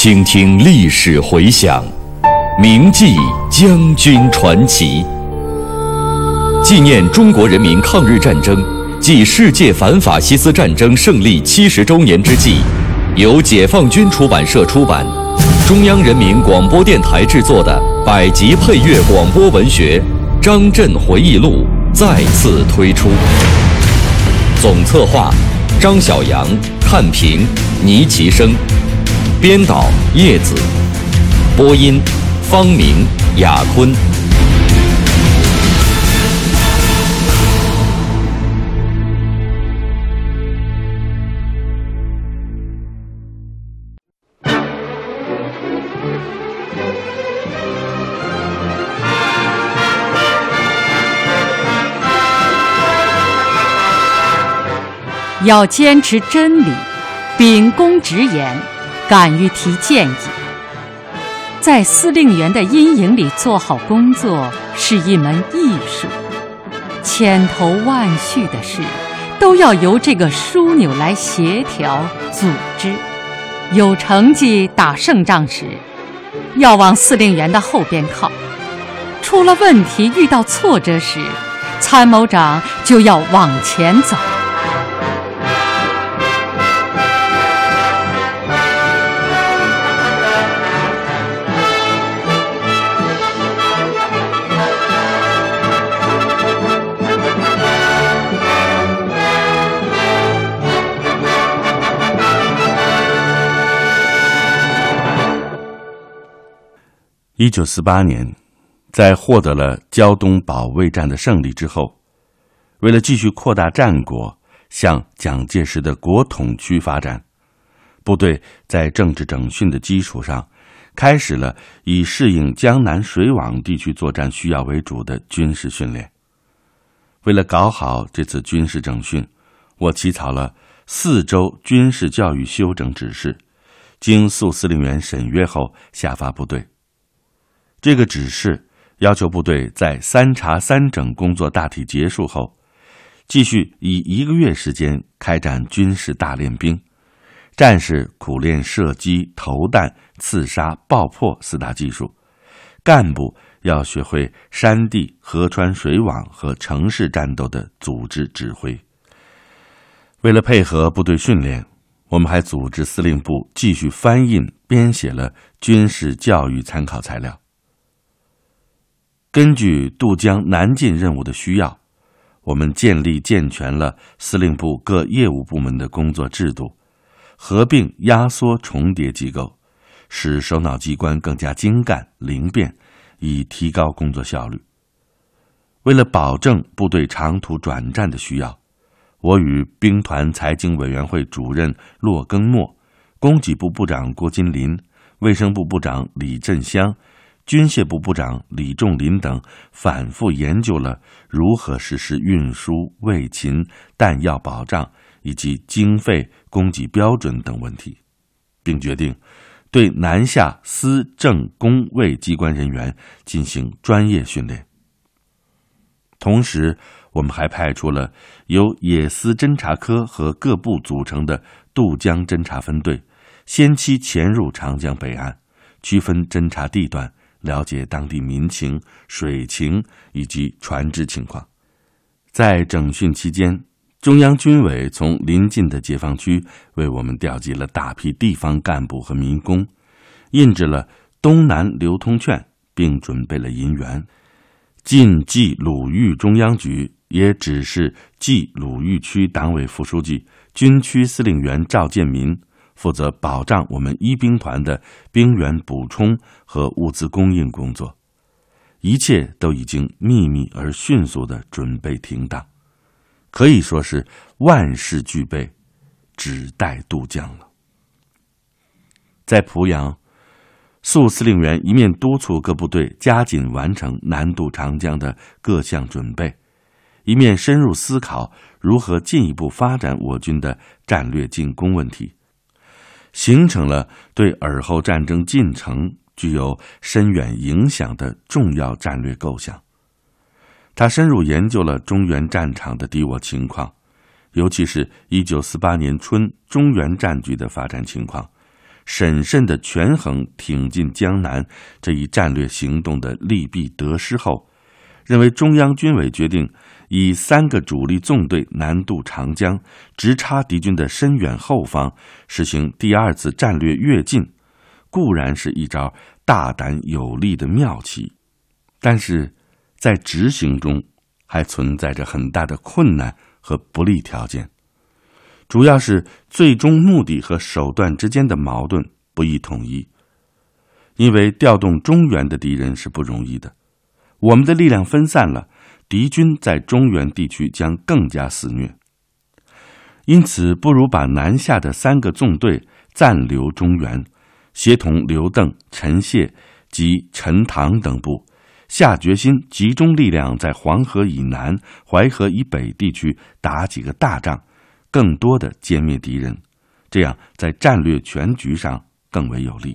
倾听历史回响，铭记将军传奇。纪念中国人民抗日战争暨世界反法西斯战争胜利70周年之际，由解放军出版社出版，中央人民广播电台制作的100集配乐广播文学《张震回忆录》再次推出。总策划张晓阳、看评倪其生，编导叶子，播音方明、雅坤。 要坚持真理，秉公直言，敢于提建议。在司令员的阴影里做好工作是一门艺术，千头万绪的事都要由这个枢纽来协调组织。有成绩打胜仗时，要往司令员的后边靠；出了问题遇到挫折时，参谋长就要往前走。 1948年，在获得了胶东保卫战的胜利之后，为了继续扩大战果，向蒋介石的国统区发展，部队在政治整训的基础上，开始了以适应江南水网地区作战需要为主的军事训练。为了搞好这次军事整训，我起草了4周军事教育修整指示，经苏司令员审阅后下发部队。这个指示要求部队在3查3整工作大体结束后，继续以1个月时间开展军事大练兵，战士苦练射击、投弹、刺杀、爆破4大技术，干部要学会山地、河川水网和城市战斗的组织指挥。为了配合部队训练，我们还组织司令部继续翻印编写了军事教育参考材料。根据渡江南进任务的需要，我们建立健全了司令部各业务部门的工作制度，合并压缩重叠机构，使首脑机关更加精干灵便，以提高工作效率。为了保证部队长途转战的需要，我与兵团财经委员会主任骆庚默、供给部部长郭金林、卫生部部长李振香、军械部部长李仲林等反复研究了如何实施运输、卫勤、弹药保障以及经费、供给标准等问题，并决定对南下司政工卫机关人员进行专业训练。同时，我们还派出了由野司侦察科和各部组成的渡江侦察分队，先期潜入长江北岸，区分侦察地段，了解当地民情、水情以及船只情况。在整训期间，中央军委从邻近的解放区为我们调集了大批地方干部和民工，印制了东南流通券，并准备了银元。晋冀鲁豫中央局也指示冀鲁豫区党委副书记、军区司令员赵建民负责保障我们一兵团的兵员补充和物资供应工作，一切都已经秘密而迅速地准备停当，可以说是万事俱备，只待渡江了。在濮阳，苏司令员一面督促各部队加紧完成南渡长江的各项准备，一面深入思考如何进一步发展我军的战略进攻问题，形成了对尔后战争进程具有深远影响的重要战略构想。他深入研究了中原战场的敌我情况，尤其是1948年春中原战局的发展情况， 审慎地权衡挺进江南这一战略行动的利弊得失后，认为中央军委决定以3个主力纵队南渡长江，直插敌军的深远后方，实行第2次战略跃进，固然是一招大胆有力的妙棋，但是在执行中还存在着很大的困难和不利条件，主要是最终目的和手段之间的矛盾不易统一。因为调动中原的敌人是不容易的，我们的力量分散了，敌军在中原地区将更加肆虐。因此不如把南下的3个纵队暂留中原，协同刘邓、陈谢及陈塘等部，下决心集中力量在黄河以南、淮河以北地区打几个大仗，更多的歼灭敌人，这样在战略全局上更为有利。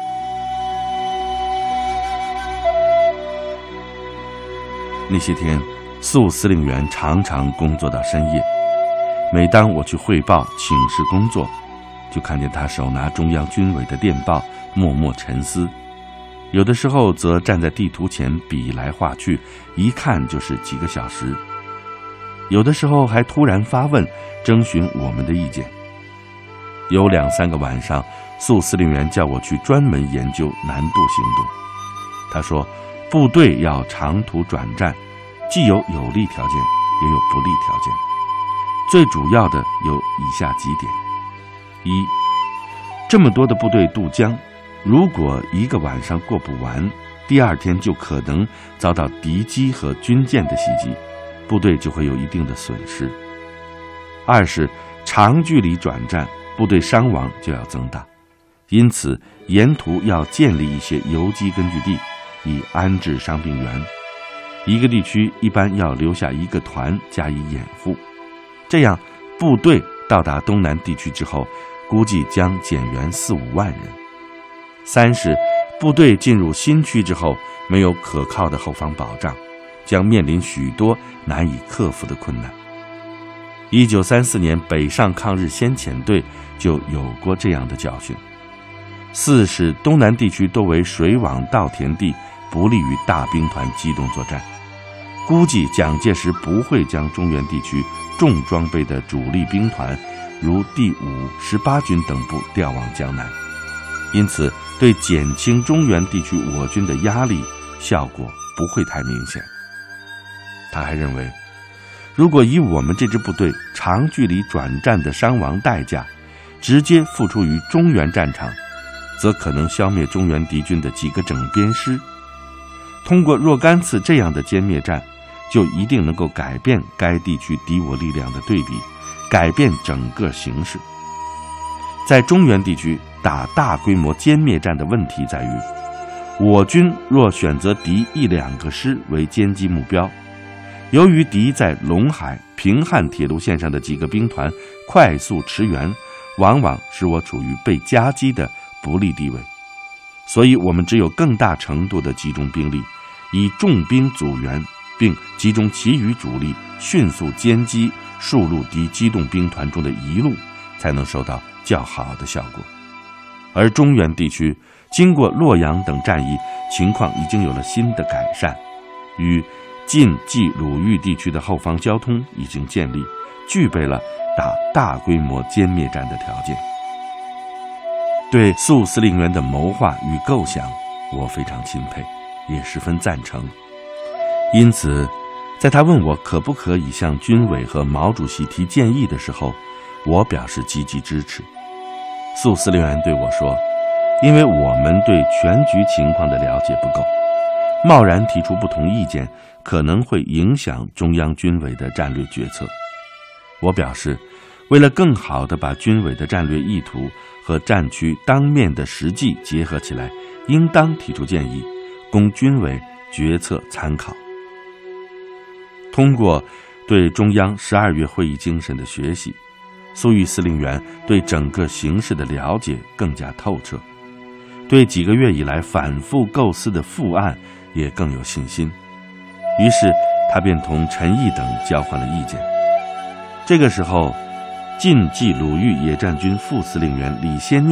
那些天，宿司令员常常工作到深夜，每当我去汇报请示工作，就看见他手拿中央军委的电报，默默沉思。有的时候则站在地图前比来画去，一看就是几个小时。有的时候还突然发问，征询我们的意见。有2、3个晚上，宿司令员叫我去专门研究南渡行动。他说，部队要长途转战，既有有利条件，也有不利条件。最主要的有以下几点：一，这么多的部队渡江，如果一个晚上过不完，第2天就可能遭到敌机和军舰的袭击，部队就会有一定的损失。2是长距离转战，部队伤亡就要增大，因此沿途要建立一些游击根据地，以安置伤病员。一个地区一般要留下1个团加以掩护，这样部队到达东南地区之后，估计将减员4、5万人。3是部队进入新区之后，没有可靠的后方保障，将面临许多难以克服的困难。1934年北上抗日先遣队就有过这样的教训。4是东南地区多为水网稻田地，不利于大兵团机动作战。估计蒋介石不会将中原地区重装备的主力兵团，如第5、18军等部调往江南，因此对减轻中原地区我军的压力效果不会太明显。他还认为，如果以我们这支部队长距离转战的伤亡代价直接付出于中原战场，则可能消灭中原敌军的几个整编师。通过若干次这样的歼灭战，就一定能够改变该地区敌我力量的对比，改变整个形势。在中原地区打大规模歼灭战的问题在于，我军若选择敌1、2个师为歼击目标，由于敌在陇海、平汉铁路线上的几个兵团快速驰援，往往使我处于被夹击的不利地位，所以我们只有更大程度的集中兵力，以重兵阻援，并集中其余主力迅速歼击数路敌机动兵团中的一路，才能收到较好的效果。而中原地区经过洛阳等战役，情况已经有了新的改善，与晋冀鲁豫地区的后方交通已经建立，具备了打大规模歼灭战的条件。对宿司令员的谋划与构想，我非常钦佩，也十分赞成。因此，在他问我可不可以向军委和毛主席提建议的时候，我表示积极支持。宿司令员对我说，因为我们对全局情况的了解不够，贸然提出不同意见，可能会影响中央军委的战略决策。我表示，为了更好地把军委的战略意图和战区当面的实际结合起来，应当提出建议，供军委决策参考。通过对中央12月会议精神的学习，粟裕司令员对整个形势的了解更加透彻，对几个月以来反复构思的复案也更有信心。于是他便同陈毅等交换了意见。这个时候，晋冀鲁豫野战军副司令员李先念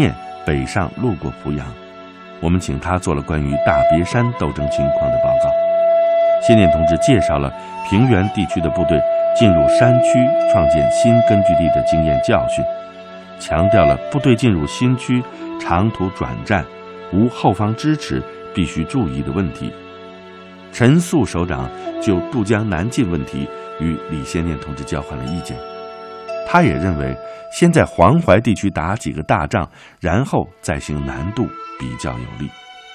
北上路过濮阳，我们请他做了关于大别山斗争情况的报告。谢念同志介绍了平原地区的部队进入山区创建新根据地的经验教训，强调了部队进入新区长途转战无后方支持必须注意的问题。陈粟首长就渡江南进问题与李先念同志交换了意见，他也认为先在黄淮地区打几个大仗，然后再行南渡比较有利。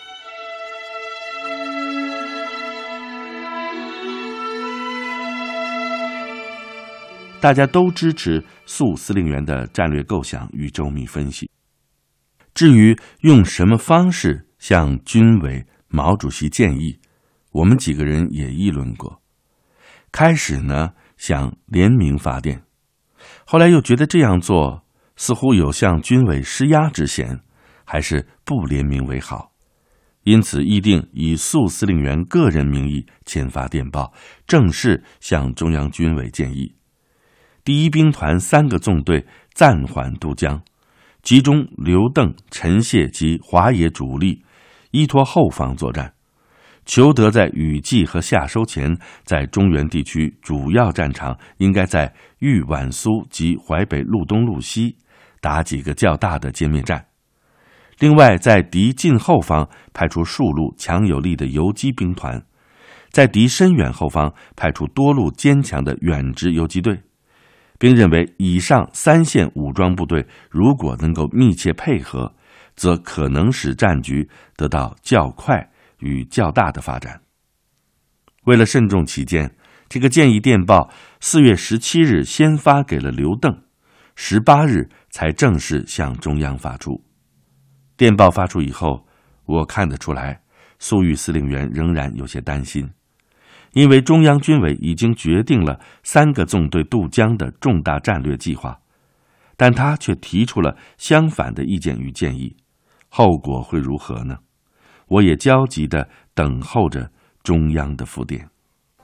大家都支持粟司令员的战略构想与周密分析。至于用什么方式向军委、毛主席建议，我们几个人也议论过。开始呢，想联名发电，后来又觉得这样做似乎有向军委施压之嫌，还是不联名为好。因此议定以粟司令员个人名义签发电报，正式向中央军委建议。第一兵团3个纵队暂缓渡江，集中刘邓、陈谢及华野主力，依托后方作战，求得在雨季和夏收前，在中原地区主要战场应该在豫皖苏及淮北路东路西打几个较大的歼灭战。另外，在敌近后方派出数路强有力的游击兵团，在敌深远后方派出多路坚强的远直游击队，并认为以上3线武装部队如果能够密切配合，则可能使战局得到较快与较大的发展。为了慎重起见，这个建议电报4月17日先发给了刘邓，18日才正式向中央发出。电报发出以后，我看得出来，粟裕司令员仍然有些担心，因为中央军委已经决定了3个纵队渡江的重大战略计划，但他却提出了相反的意见与建议，后果会如何呢？我也焦急地等候着中央的复电。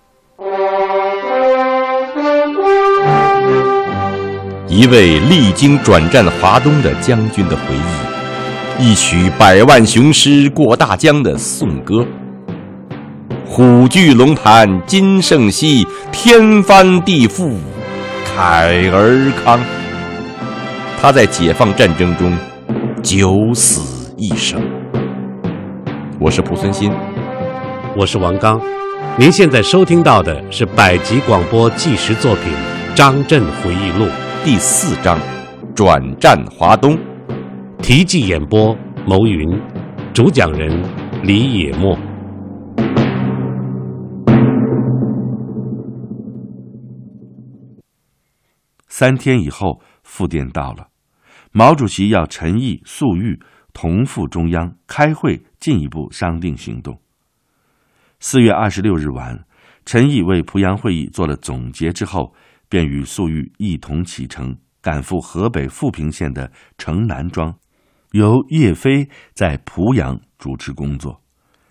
一位历经转战华东的将军的回忆，一曲百万雄师过大江的颂歌。虎踞龙盘今胜昔，天翻地覆慨而慷。他在解放战争中九死一生。我是蒲存昕， 我是王刚。您现在收听到的是百集广播纪实作品《张震回忆录》 第4章转战华东。 题记演播牟云，主讲人李野墨。 3天以后，复电到了，毛主席要陈毅、粟裕同赴中央开会，进一步商定行动。4月26日晚，陈毅为濮阳会议做了总结之后，便与粟裕一同启程，赶赴河北富平县的城南庄，由叶飞在濮阳主持工作。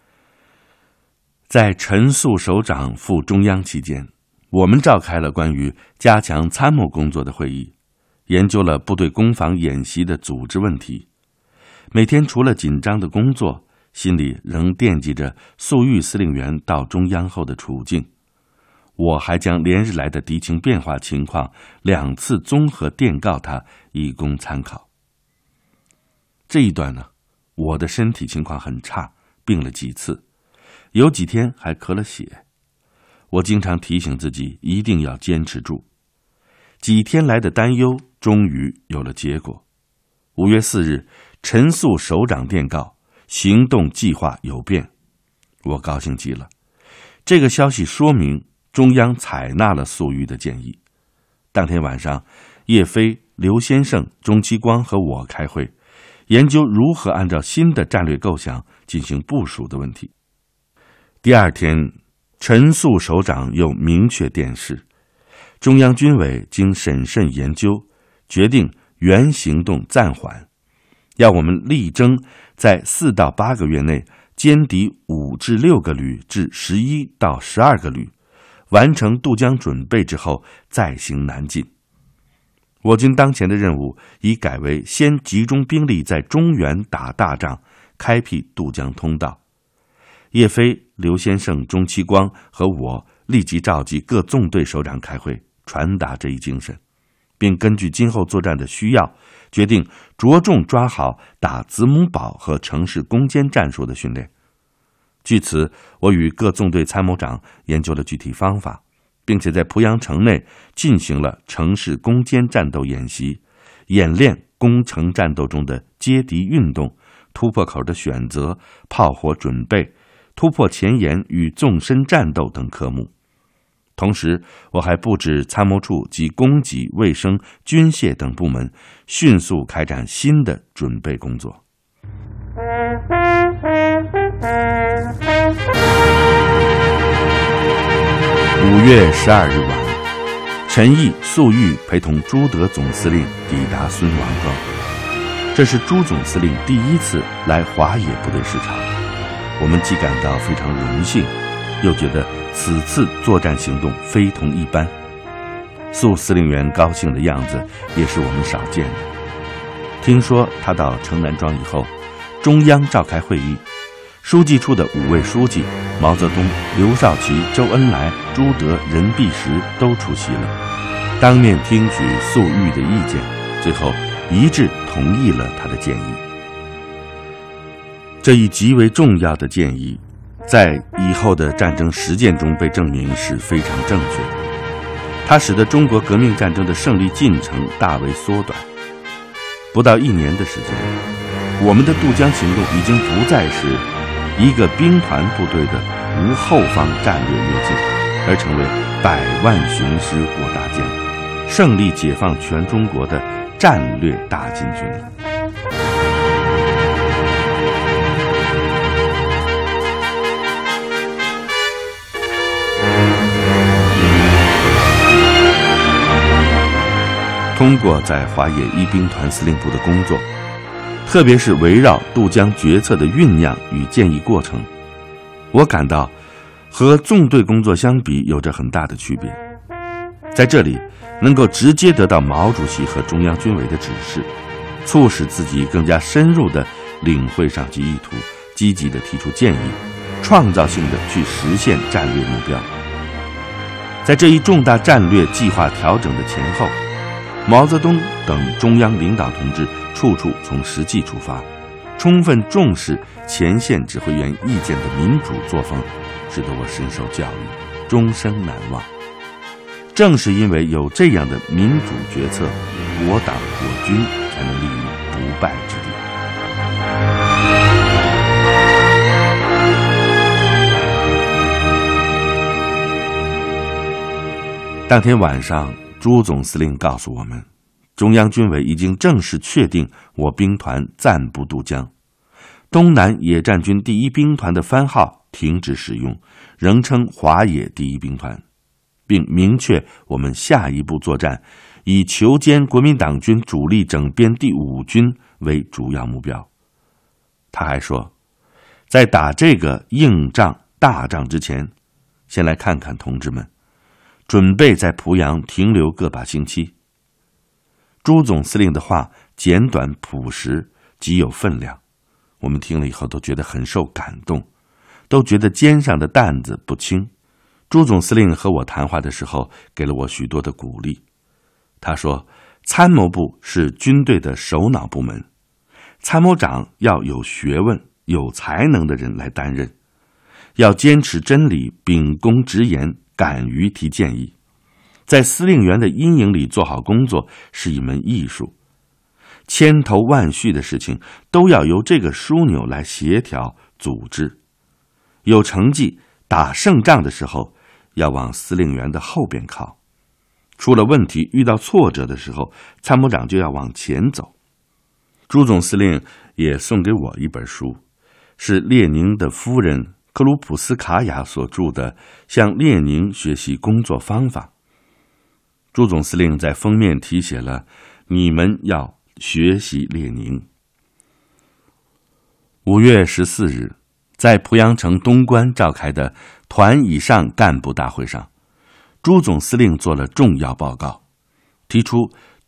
在陈粟首长赴中央期间，我们召开了关于加强参谋工作的会议，研究了部队攻防演习的组织问题。每天除了紧张的工作，心里仍惦记着粟裕司令员到中央后的处境。我还将连日来的敌情变化情况2次综合电告他，以供参考。这一段呢，我的身体情况很差，病了几次，有几天还咳了血。我经常提醒自己一定要坚持住。几天来的担忧终于有了结果。5月4日，陈粟首长电告，行动计划有变。我高兴极了。这个消息说明中央采纳了粟裕的建议。当天晚上，叶飞、刘先生、钟其光和我开会，研究如何按照新的战略构想进行部署的问题。第2天，陈粟首长又明确电示，中央军委经审慎研究，决定原行动暂缓，要我们力争在4到8个月内歼敌5至6个旅至11到12个旅，完成渡江准备之后再行南进。 我军当前的任务已改为先集中兵力在中原打大仗，开辟渡江通道。叶飞、刘先生、钟其光和我立即召集各纵队首长开会，传达这一精神，并根据今后作战的需要，决定着重抓好打子母堡和城市攻坚战术的训练。据此，我与各纵队参谋长研究了具体方法，并且在濮阳城内进行了城市攻坚战斗演习，演练攻城战斗中的接敌运动、突破口的选择、炮火准备、突破前沿与纵深战斗等科目。同时，我还布置参谋处及供给、卫生、军械等部门迅速开展新的准备工作。5月12日晚，陈毅、粟裕陪同朱德总司令抵达孙王庄。这是朱总司令第一次来华野部队视察，我们既感到非常荣幸，又觉得此次作战行动非同一般。粟司令员高兴的样子也是我们少见的。听说他到城南庄以后，中央召开会议，书记处的5位书记毛泽东、刘少奇、周恩来、朱德、任弼时都出席了，当面听取粟裕的意见，最后一致同意了他的建议。这一极为重要的建议，在以后的战争实践中被证明是非常正确的。它使得中国革命战争的胜利进程大为缩短。不到1年的时间，我们的渡江行动已经不再是一个兵团部队的无后方战略跃进，而成为100万雄师过大江，胜利解放全中国的战略大进军了。通过在华野一兵团司令部的工作，特别是围绕渡江决策的酝酿与建议过程，我感到和纵队工作相比有着很大的区别。在这里能够直接得到毛主席和中央军委的指示，促使自己更加深入地领会上级意图，积极地提出建议，创造性地去实现战略目标。在这一重大战略计划调整的前后，毛泽东等中央领导同志处处从实际出发，充分重视前线指挥员意见的民主作风，使得我深受教育，终生难忘。正是因为有这样的民主决策，我党我军才能立于不败之地。当天晚上，朱总司令告诉我们，中央军委已经正式确定我兵团暂不渡江，东南野战军第1兵团的番号停止使用，仍称华野第1兵团，并明确我们下一步作战以求歼国民党军主力整编第5军为主要目标。他还说，在打这个硬仗大仗之前，先来看看同志们，准备在濮阳停留个把星期。朱总司令的话简短朴实，极有分量，我们听了以后都觉得很受感动，都觉得肩上的担子不轻。朱总司令和我谈话的时候，给了我许多的鼓励。他说，参谋部是军队的首脑部门，参谋长要有学问、有才能的人来担任，要坚持真理，秉公直言，敢于提建议，在司令员的阴影里做好工作是一门艺术，千头万绪的事情都要由这个枢纽来协调组织。有成绩打胜仗的时候，要往司令员的后边靠，出了问题遇到挫折的时候，参谋长就要往前走。朱总司令也送给我一本书，是列宁的夫人克鲁普斯卡娅所著的《向列宁学习工作方法》。朱总司令在封面题写了你们要学习列宁。5月14日，在濮阳城东关召开的团以上干部大会上，朱总司令做了重要报告，提出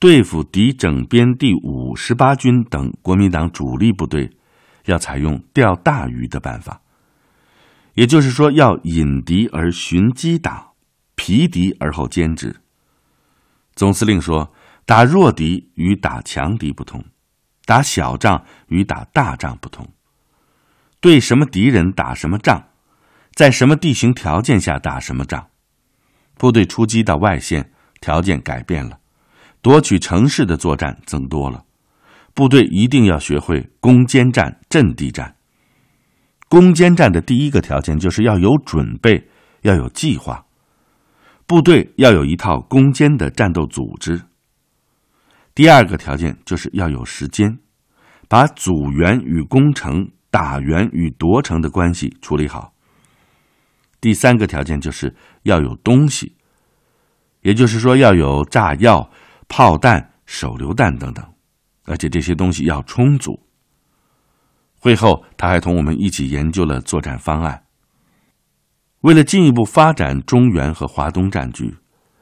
对付敌整编第5、18军等国民党主力部队，要采用钓大鱼的办法，也就是说，要引敌而寻机打，疲敌而后歼之。总司令说，打弱敌与打强敌不同，打小仗与打大仗不同。对什么敌人打什么仗，在什么地形条件下打什么仗。部队出击到外线，条件改变了，夺取城市的作战增多了。部队一定要学会攻坚战、阵地战。攻坚战的第一个条件就是要有准备，要有计划。部队要有一套攻坚的战斗组织。第二个条件就是要有时间，把组员与攻城、打援与夺城的关系处理好。第三个条件就是要有东西，也就是说要有炸药、炮弹、手榴弹等等，而且这些东西要充足。会后，他还同我们一起研究了作战方案。为了进一步发展中原和华东战局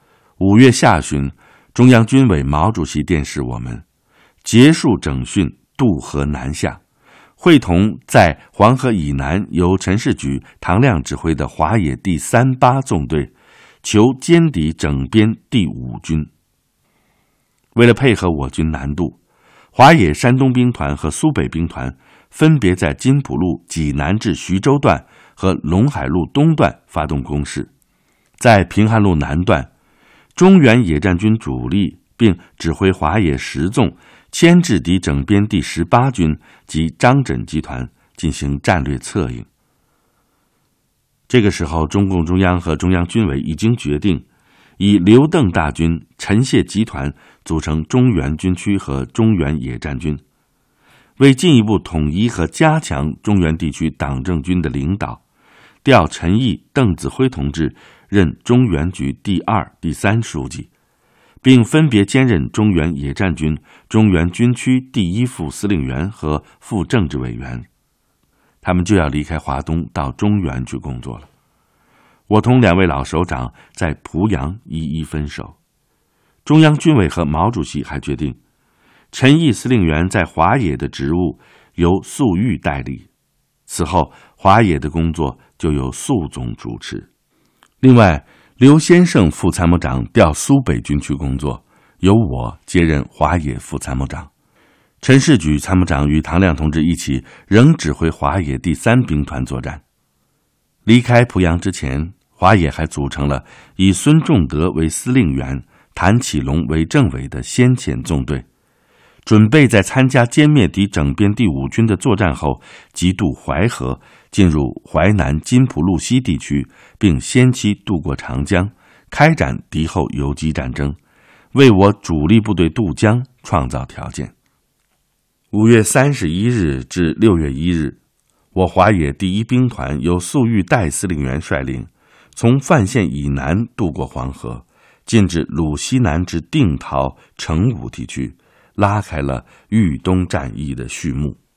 ，5月下旬，中央军委毛主席电示我们，结束整训，渡河南下，会同在黄河以南由陈士举、唐亮指挥的华野第38纵队，求歼敌整编第5军。为了配合我军南渡，华野山东兵团和苏北兵团分别在津浦路济南至徐州段和陇海路东段发动攻势。在平汉路南段，中原野战军主力并指挥华野10纵牵制敌整编第18军及张轸集团进行战略策应。这个时候，中共中央和中央军委已经决定以刘邓大军、陈谢集团组成中原军区和中原野战军。为进一步统一和加强中原地区党政军的领导，调陈毅、邓子恢同志任中原局第2、第3书记，并分别兼任中原野战军、中原军区第1副司令员和副政治委员。他们就要离开华东到中原去工作了。我同2位老首长在濮阳一一分手。中央军委和毛主席还决定，陈毅司令员在华野的职务由粟裕代理，此后华野的工作就由粟总主持。另外，刘先胜副参谋长调苏北军区工作，由我接任华野副参谋长。陈士举参谋长与唐亮同志一起仍指挥华野第3兵团作战。离开濮阳之前，华野还组成了以孙仲德为司令员、谭启龙为政委的先遣纵队，准备在参加歼灭敌整编第5军的作战后，急渡淮河，进入淮南津浦路西地区，并先期渡过长江，开展敌后游击战争，为我主力部队渡江创造条件。5月31日至6月1日，我华野第1兵团由粟裕代司令员率领，从范县以南渡过黄河，进至鲁西南至定陶、成武地区，拉开了豫东战役的序幕。